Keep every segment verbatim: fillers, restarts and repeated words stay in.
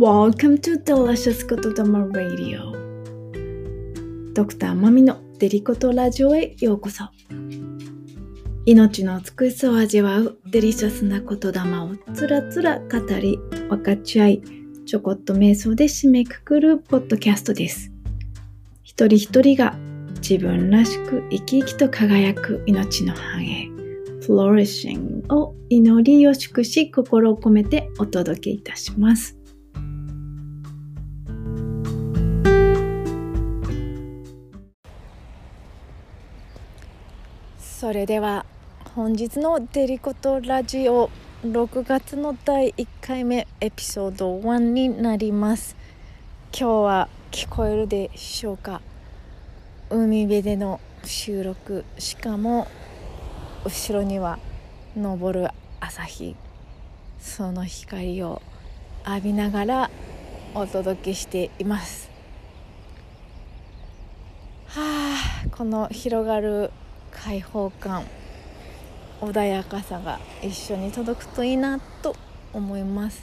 Welcome to Delicious 言霊 Radio ドクターマミのデリコトラジオへようこそ。命の美しさを味わうデリシャスな言霊をつらつら語り分かち合い、ちょこっと瞑想で締めくくるポッドキャストです。一人一人が自分らしく生き生きと輝く命の繁栄Flourishing を祈りを祝し心を込めてお届けいたします。それでは本日のデリコトラジオろくがつのだいいっかいめエピソードいちになります。今日は聞こえるでしょうか。海辺での収録、しかも後ろには昇る朝日、その光を浴びながらお届けしています。はあ、この広がる開放感、穏やかさが一緒に届くといいなと思います。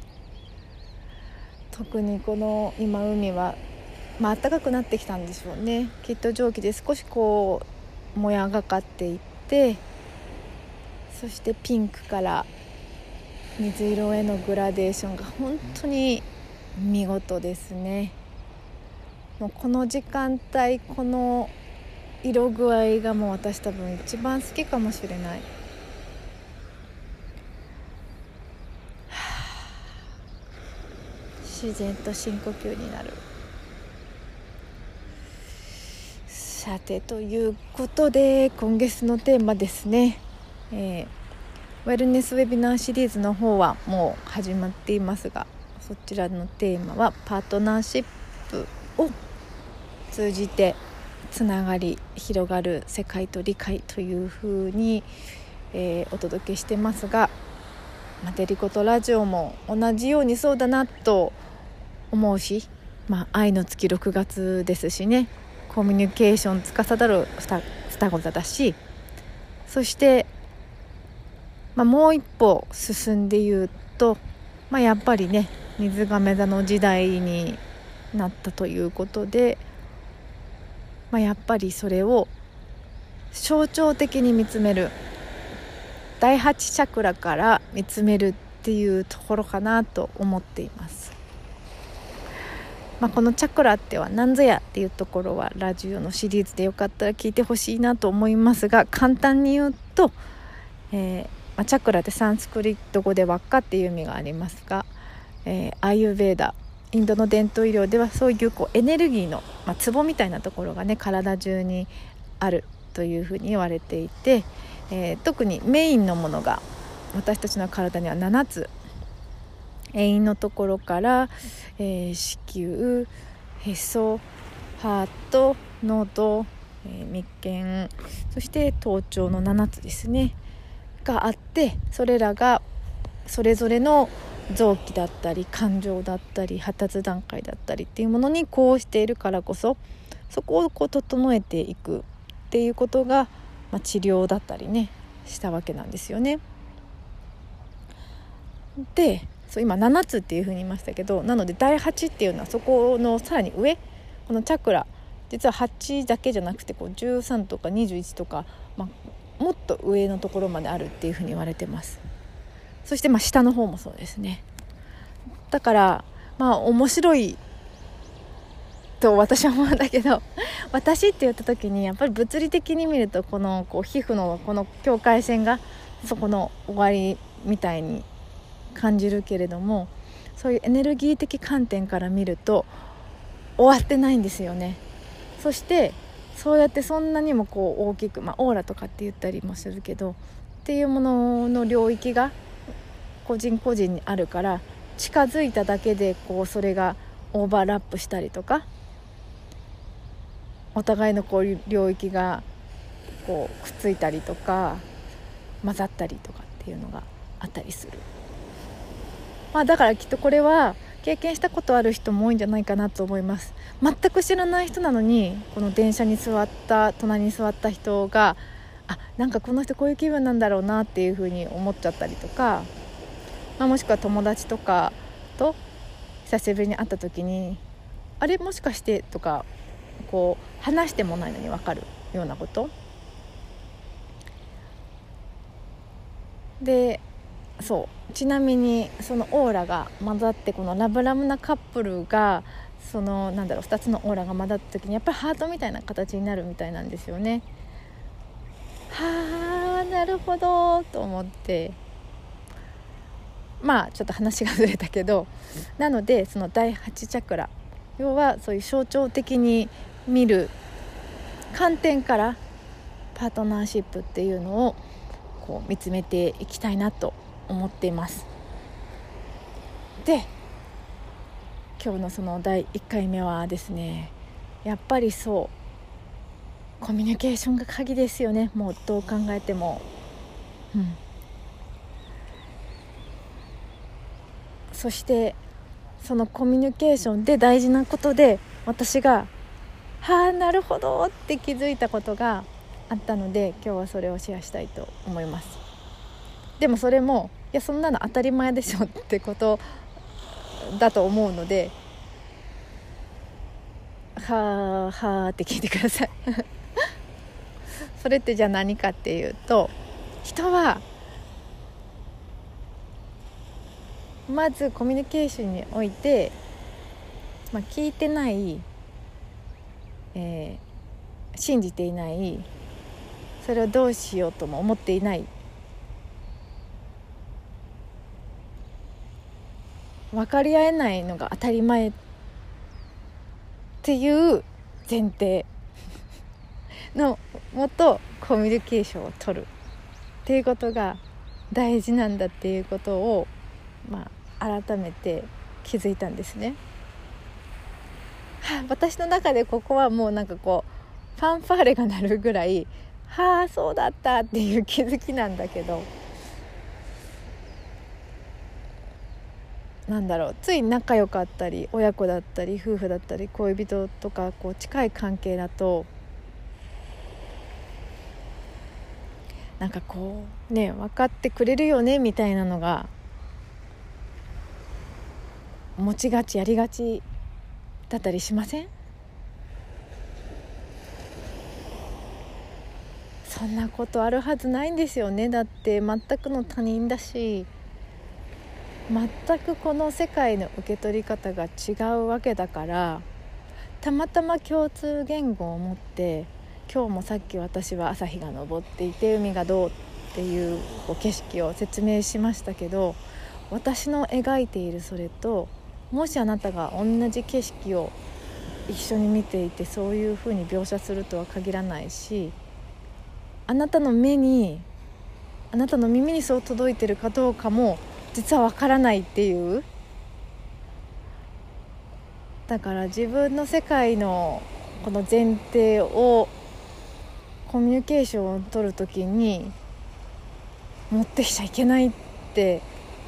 特にこの今海は、まあ、暖かくなってきたんでしょうね。きっと蒸気で少しこうもやがかっていって、そしてピンクから水色へのグラデーションが本当に見事ですね。もうこの時間帯、この色具合がもう私多分一番好きかもしれない。自然と深呼吸になる。さて、ということで今月のテーマですね、えー、ウェルネスウェビナーシリーズの方はもう始まっていますが、そちらのテーマはパートナーシップを通じてつながり広がる世界と理解というふうに、えー、お届けしてますが、まあ、デリコトラジオも同じようにそうだなと思うし、まあ、愛の月ろくがつですしね、コミュニケーション司る双子座だし、そして、まあ、もう一歩進んで言うと、まあ、やっぱりね水亀座の時代になったということで、まあ、やっぱりそれを象徴的に見つめる、だいはちチャクラから見つめるっていうところかなと思っています。まあ、このチャクラっては何ぞやっていうところはラジオのシリーズでよかったら聞いてほしいなと思いますが、簡単に言うと、えーまあ、チャクラってサンスクリット語で輪っかっていう意味がありますが、えー、アーユヴェーダ、インドの伝統医療ではそういうこうエネルギーの、まあ、壺みたいなところがね体中にあるというふうに言われていて、えー、特にメインのものが私たちの体にはななつ、遠因のところから、えー、子宮、へそ、ハート、喉、えー、眉間、そして頭頂のななつですねがあって、それらがそれぞれの臓器だったり感情だったり発達段階だったりっていうものにこうしているからこそ、そこをこう整えていくっていうことが、まあ、治療だったりねしたわけなんですよね。で、そう今ななつっていうふうに言いましたけど、なのでだいはちっていうのはそこのさらに上、このチャクラ実ははちだけじゃなくてこうじゅうさんとかにじゅういちとか、まあ、もっと上のところまであるっていうふうに言われてます。そしてまあ下の方もそうですね。だからまあ面白いと私は思うんだけど、私って言った時にやっぱり物理的に見るとこのこう皮膚のこの境界線がそこの終わりみたいに感じるけれども、そういうエネルギー的観点から見ると終わってないんですよね。そしてそうやってそんなにもこう大きく、まあ、オーラとかって言ったりもするけどっていうものの領域が個人個人にあるから、近づいただけでこうそれがオーバーラップしたりとか、お互いのこう領域がこうくっついたりとか混ざったりとかっていうのがあったりする。まあ、だからきっとこれは経験したことある人も多いんじゃないかなと思います。全く知らない人なのにこの電車に座った隣に座った人が、あ、なんかこの人こういう気分なんだろうなっていうふうに思っちゃったりとか、まあ、もしくは友達とかと久しぶりに会った時にあれもしかしてとかこう話してもないのに分かるようなことで、そうちなみにそのオーラが混ざって、このラブラブなカップルがそのなんだろうふたつのオーラが混ざった時にやっぱりハートみたいな形になるみたいなんですよね。はあなるほどと思って、まあちょっと話がずれたけど、なのでそのだいはちチャクラ、要はそういう象徴的に見る観点からパートナーシップっていうのをこう見つめていきたいなと思っています。で今日のそのだいいっかいめはですね、やっぱりそうコミュニケーションが鍵ですよね。もうどう考えても、うん、そしてそのコミュニケーションで大事なことで私がはあなるほどって気づいたことがあったので、今日はそれをシェアしたいと思います。でもそれもいやそんなの当たり前でしょってことだと思うので、はあはあって聞いてくださいそれってじゃあ何かっていうと、人はまずコミュニケーションにおいて、まあ、聞いてない、えー、信じていない、それをどうしようとも思っていない、分かり合えないのが当たり前っていう前提のもとコミュニケーションを取るっていうことが大事なんだっていうことを、まあ、改めて気づいたんですね。はあ、私の中でここはもうなんかこうファンファーレが鳴るぐらい、はあそうだったっていう気づきなんだけど、なんだろう、つい仲良かったり親子だったり夫婦だったり恋人とかこう近い関係だと、なんかこうね分かってくれるよねみたいなのが持ちがちやりがちだったりしません？そんなことあるはずないんですよね。だって全くの他人だし、全くこの世界の受け取り方が違うわけだから、たまたま共通言語を持って、今日もさっき私は朝日が昇っていて海がどうっていうこう景色を説明しましたけど、私の描いているそれと、もしあなたが同じ景色を一緒に見ていてそういうふうに描写するとは限らないし、あなたの目にあなたの耳にそう届いてるかどうかも実はわからないっていう。だから自分の世界のこの前提をコミュニケーションを取るときに持ってきちゃいけないって、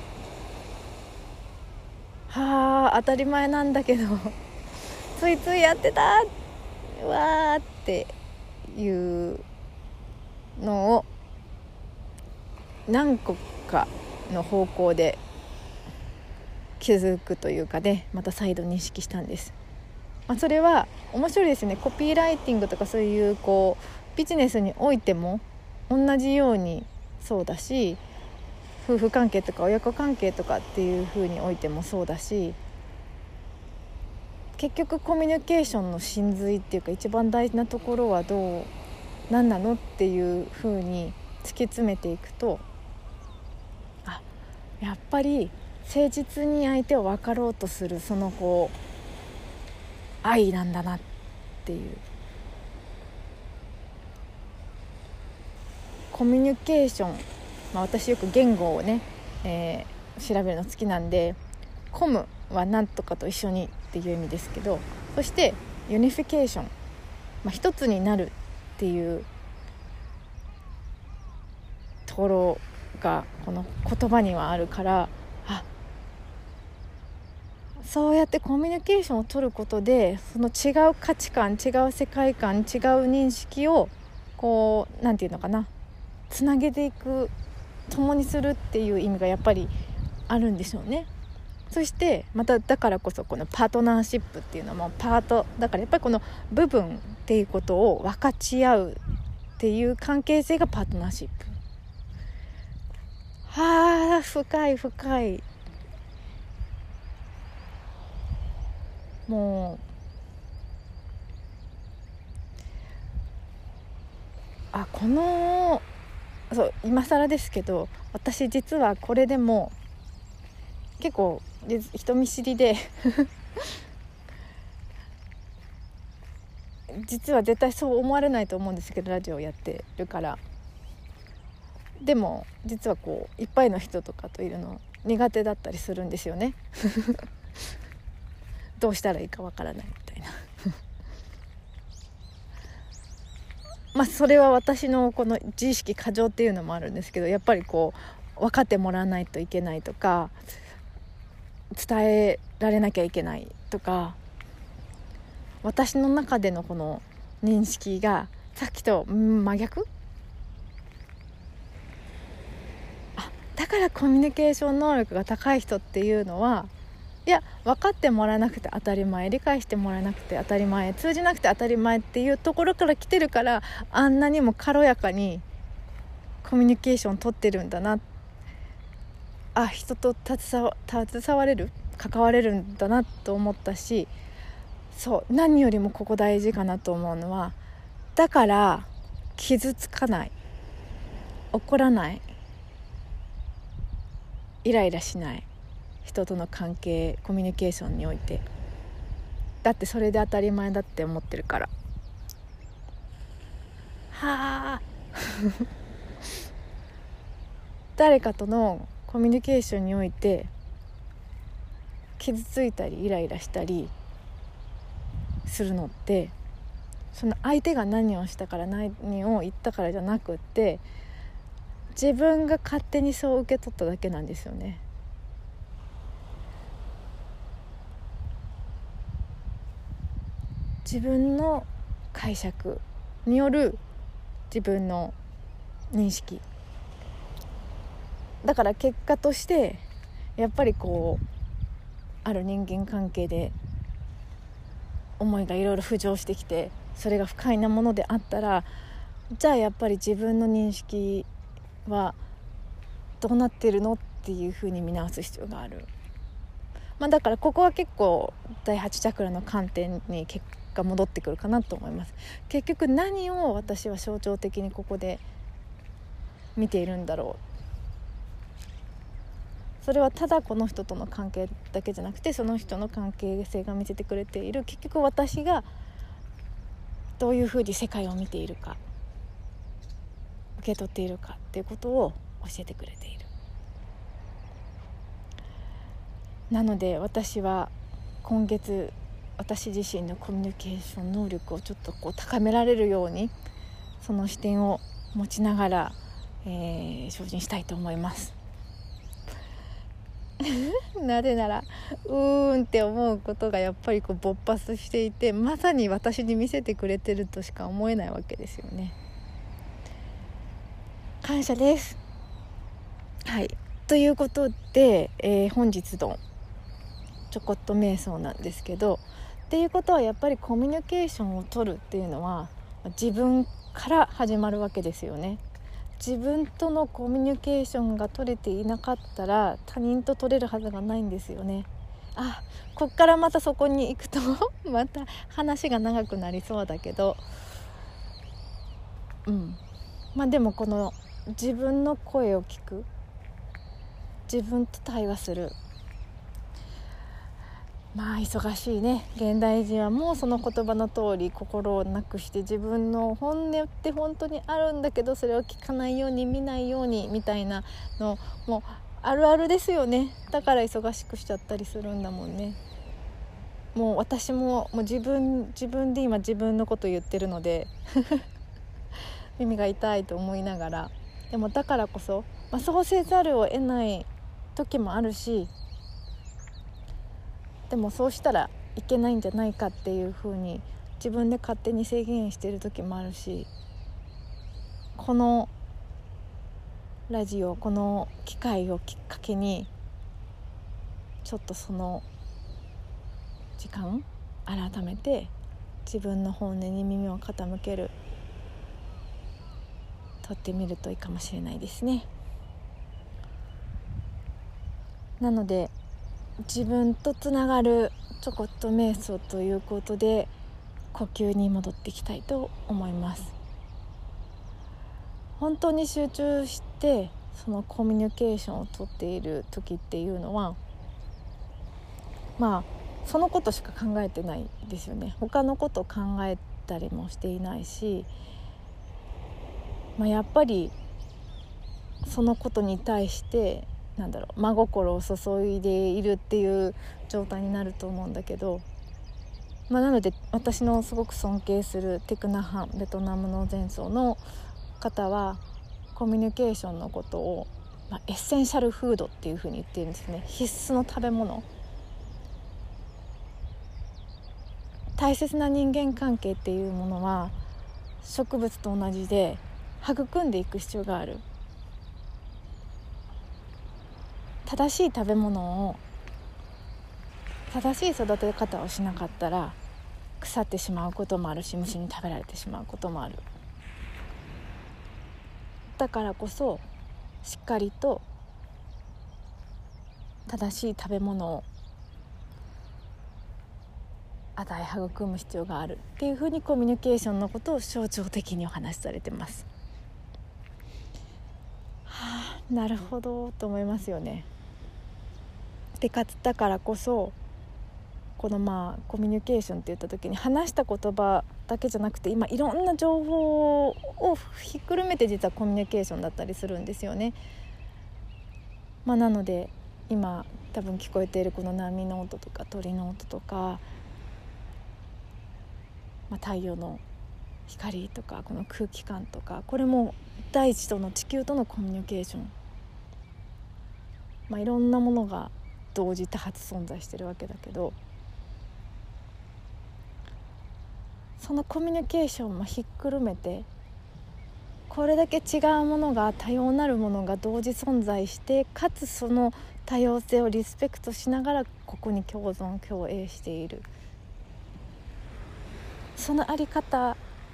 はあ当たり前なんだけどついついやってたわーっていうのを何個かの方向で気づくというかね、また再度認識したんです。まあ、それは面白いですね。コピーライティングとかそういうこうビジネスにおいても同じようにそうだし、夫婦関係とか親子関係とかっていう風においてもそうだし、結局コミュニケーションの真髄っていうか一番大事なところはどう何なのっていう風に突き詰めていくと、あやっぱり誠実に相手を分かろうとするそのこう愛なんだなっていう。コミュニケーション、まあ、私よく言語をね、えー、調べるの好きなんで、コムは何とかと一緒にっていう意味ですけど、そしてユニフィケーション、まあ、一つになるっていうところがこの言葉にはあるから、あそうやってコミュニケーションを取ることでその違う価値観、違う世界観、違う認識をこうなんていうのかな、つなげていく、共にするっていう意味がやっぱりあるんでしょうね。 そしてまただからこそこのパートナーシップっていうのもパートだからやっぱりこの部分っていうことを分かち合うっていう関係性がパートナーシップ。はあ、深い深い。もうあこのそう今更ですけど、私実はこれでも結構人見知りで実は絶対そう思われないと思うんですけど、ラジオやってるから。でも実はこういっぱいの人とかといるの苦手だったりするんですよねどうしたらいいかわからないみたいなまあそれは私のこの自意識過剰っていうのもあるんですけど、やっぱりこう分かってもらわないといけないとか、伝えられなきゃいけないとか、私の中でのこの認識がさっきと真逆。あ、だからコミュニケーション能力が高い人っていうのは、いや分かってもらえなくて当たり前、理解してもらえなくて当たり前、通じなくて当たり前っていうところから来てるから、あんなにも軽やかにコミュニケーション取ってるんだな、あ、人と携わ、携われる関われるんだなと思ったし、そう何よりもここ大事かなと思うのは、だから傷つかない、怒らない、イライラしない、人との関係コミュニケーションにおいて、だってそれで当たり前だって思ってるから。はあ誰かとのコミュニケーションにおいて傷ついたりイライラしたりするのって、その相手が何をしたから何を言ったからじゃなくって、自分が勝手にそう受け取っただけなんですよね。自分の解釈による自分の認識だから、結果としてやっぱりこうある人間関係で思いがいろいろ浮上してきて、それが不快なものであったら、じゃあやっぱり自分の認識はどうなってるのっていうふうに見直す必要がある。まあ、だからここは結構だいはちチャクラの観点に結果戻ってくるかなと思います。結局何を私は象徴的にここで見ているんだろう。それはただこの人との関係だけじゃなくて、その人の関係性が見せてくれている、結局私がどういうふうに世界を見ているか、受け取っているかっていうことを教えてくれている。なので私は今月、私自身のコミュニケーション能力をちょっとこう高められるように、その視点を持ちながら、えー、精進したいと思いますなぜならうーんって思うことがやっぱりこう勃発していて、まさに私に見せてくれてるとしか思えないわけですよね。感謝です。はい、ということで、えー、本日のちょこっと瞑想なんですけど、っていうことはやっぱりコミュニケーションを取るっていうのは自分から始まるわけですよね。自分とのコミュニケーションが取れていなかったら他人と取れるはずがないんですよね。あ、こっからまたそこに行くとまた話が長くなりそうだけど、うんまあでもこの自分の声を聞く、自分と対話する、まあ忙しいね現代人はもうその言葉の通り心をなくして、自分の本音って本当にあるんだけどそれを聞かないように見ないようにみたいなのもうあるあるですよね。だから忙しくしちゃったりするんだもんね。もう私も、もう自分自分で今自分のこと言ってるので耳が痛いと思いながら、でもだからこそ、まあ、そうせざるを得ない時もあるし、でもそうしたらいけないんじゃないかっていう風に自分で勝手に制限してる時もあるし、このラジオ、この機会をきっかけにちちょっとその時間改めて自分の本音に耳を傾けるとってみるといいかもしれないですね。なので自分とつながるちょこっと瞑想ということで呼吸に戻っていきたいと思います。本当に集中してそのコミュニケーションをとっている時っていうのはまあそのことしか考えてないですよね。他のことを考えたりもしていないし、まあ、やっぱりそのことに対してなんだろう真心を注いでいるっていう状態になると思うんだけど、まあ、なので私のすごく尊敬するティクナハンベトナムの前奏の方はコミュニケーションのことを、まあ、エッセンシャルフードっていうふうに言っているんですね。必須の食べ物、大切な人間関係っていうものは植物と同じで育んでいく必要がある。正しい食べ物を正しい育て方をしなかったら腐ってしまうこともあるし、虫に食べられてしまうこともある。だからこそしっかりと正しい食べ物を与え育む必要があるっていうふうにコミュニケーションのことを象徴的にお話しされてます。はあ、なるほどと思いますよね。でかつだからこそこのまあコミュニケーションって言った時に話した言葉だけじゃなくて今いろんな情報をひっくるめて実はコミュニケーションだったりするんですよね。まあ、なので今多分聞こえているこの波の音とか鳥の音とか、まあ、太陽の光とかこの空気感とか、これも大地との地球とのコミュニケーション、まあ、いろんなものが同時多発存在してるわけだけど、そのコミュニケーションもひっくるめてこれだけ違うものが多様なるものが同時存在して、かつその多様性をリスペクトしながらここに共存共栄している、そのあり方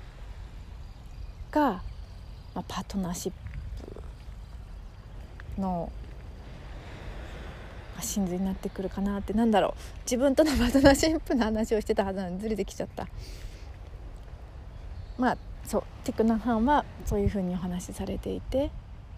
が、まあ、パートナーシップの真髄になってくるかなって。なんだろう、自分とのパートナーシップの話をしてたはずなのにずれてきちゃった。まあそうティクナハンはそういうふうにお話しされていて、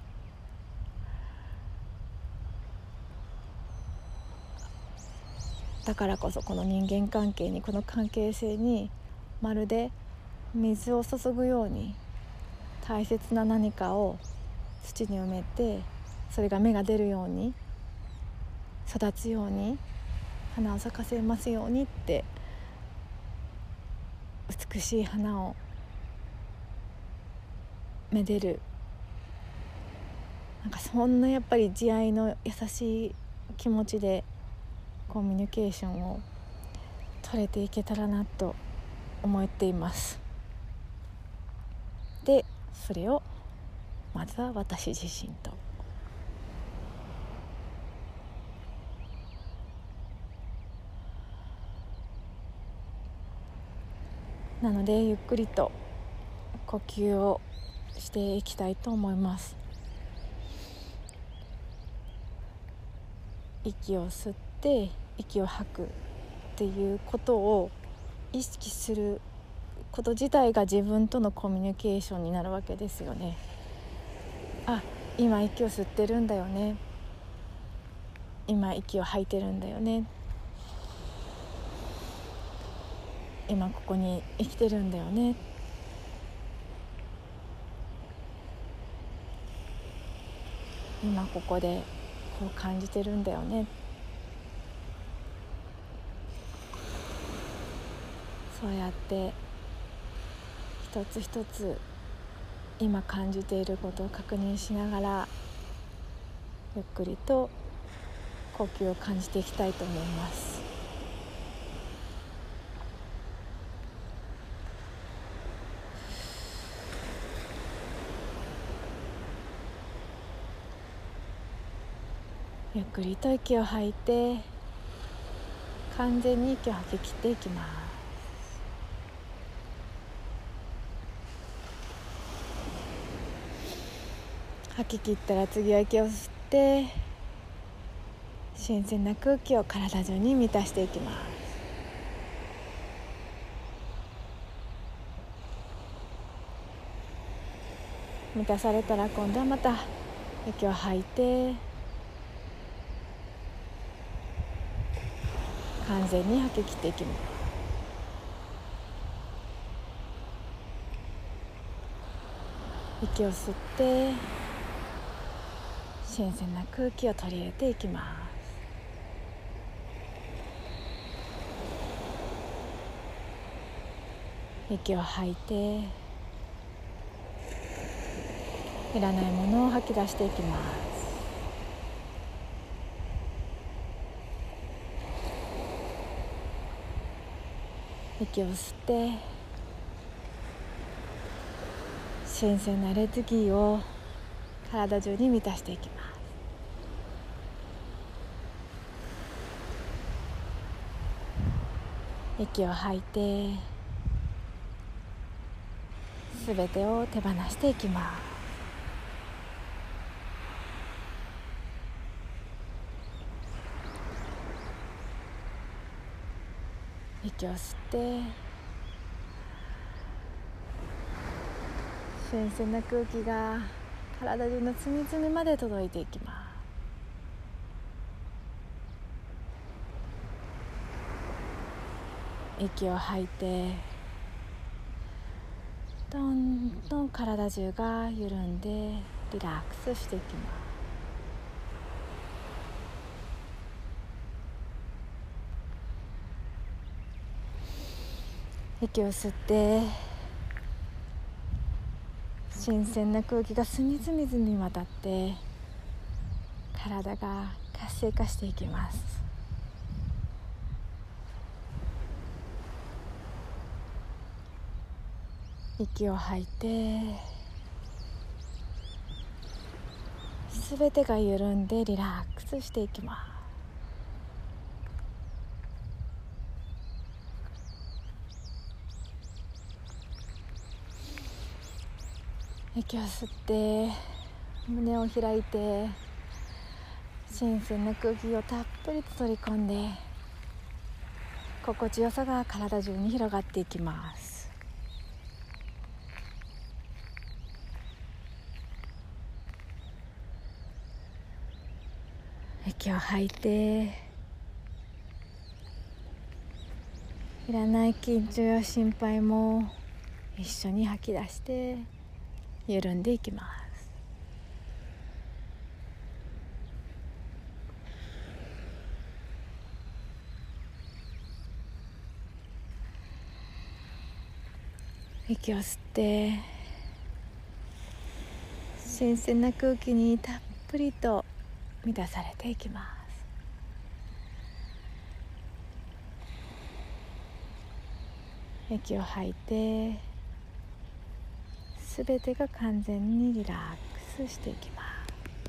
だからこそこの人間関係にこの関係性にまるで水を注ぐように大切な何かを土に埋めて、それが芽が出るように育つように花を咲かせますようにって、美しい花をめでる、なんかそんなやっぱり慈愛の優しい気持ちでコミュニケーションを取れていけたらなと思っています。でそれをまずは私自身となのでゆっくりと呼吸をしていきたいと思います。息を吸って息を吐くっていうことを意識すること自体が自分とのコミュニケーションになるわけですよね。あ、今息を吸ってるんだよね、今息を吐いてるんだよね、今ここに生きてるんだよね、今ここでこう感じてるんだよね。そうやって一つ一つ今感じていることを確認しながらゆっくりと呼吸を感じていきたいと思います。ゆっくりと息を吐いて完全に息を吐き切っていきます。吐き切ったら次は息を吸って、新鮮な空気を体中に満たしていきます。満たされたら今度はまた息を吐いて、完全に吐き切っていきます。息を吸って新鮮な空気を取り入れていきます。息を吐いて、いらないものを吐き出していきます。息を吸って新鮮なエネルギーを体中に満たしていきます。息を吐いてすべてを手放していきます。息を吸って新鮮な空気が体中の隅々まで届いていきます。息を吐いてどんどん体中が緩んでリラックスしていきます。息を吸って新鮮な空気が隅々にわたって体が活性化していきます。息を吐いてすべてが緩んでリラックスしていきます。息を吸って胸を開いて新鮮な空気をたっぷりと取り込んで心地よさが体中に広がっていきます。息を吐いていらない緊張や心配も一緒に吐き出して緩んでいきます。息を吸って新鮮な空気にたっぷりと満たされていきます。息を吐いてすべてが完全にリラックスしていきます。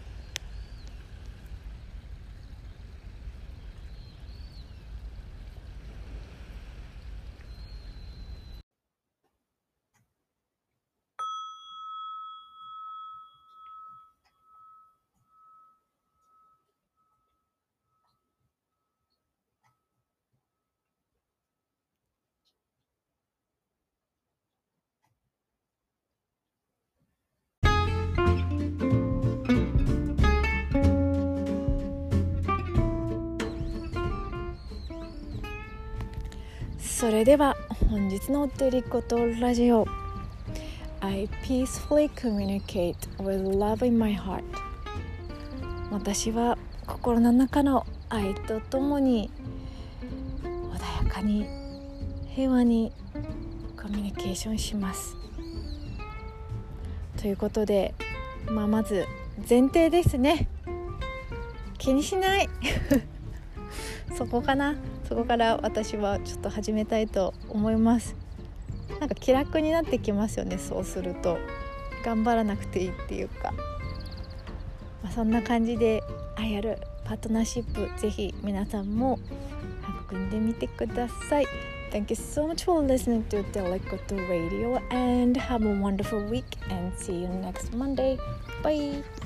それでは本日のデリコとラジオ I peacefully communicate with love in my heart。 私は心の中の愛とともに穏やかに平和にコミュニケーションしますということで、まあ、まず前提ですね。気にしないそこかなそこから私はちょっと始めたいと思います。なんか気楽になってきますよね。そうすると頑張らなくていいっていうか、まあ、そんな感じで愛あるパートナーシップぜひ皆さんも育んでみてください。 Thank you so much for listening to Telekoto Radio and have a wonderful week and see you next Monday. Bye.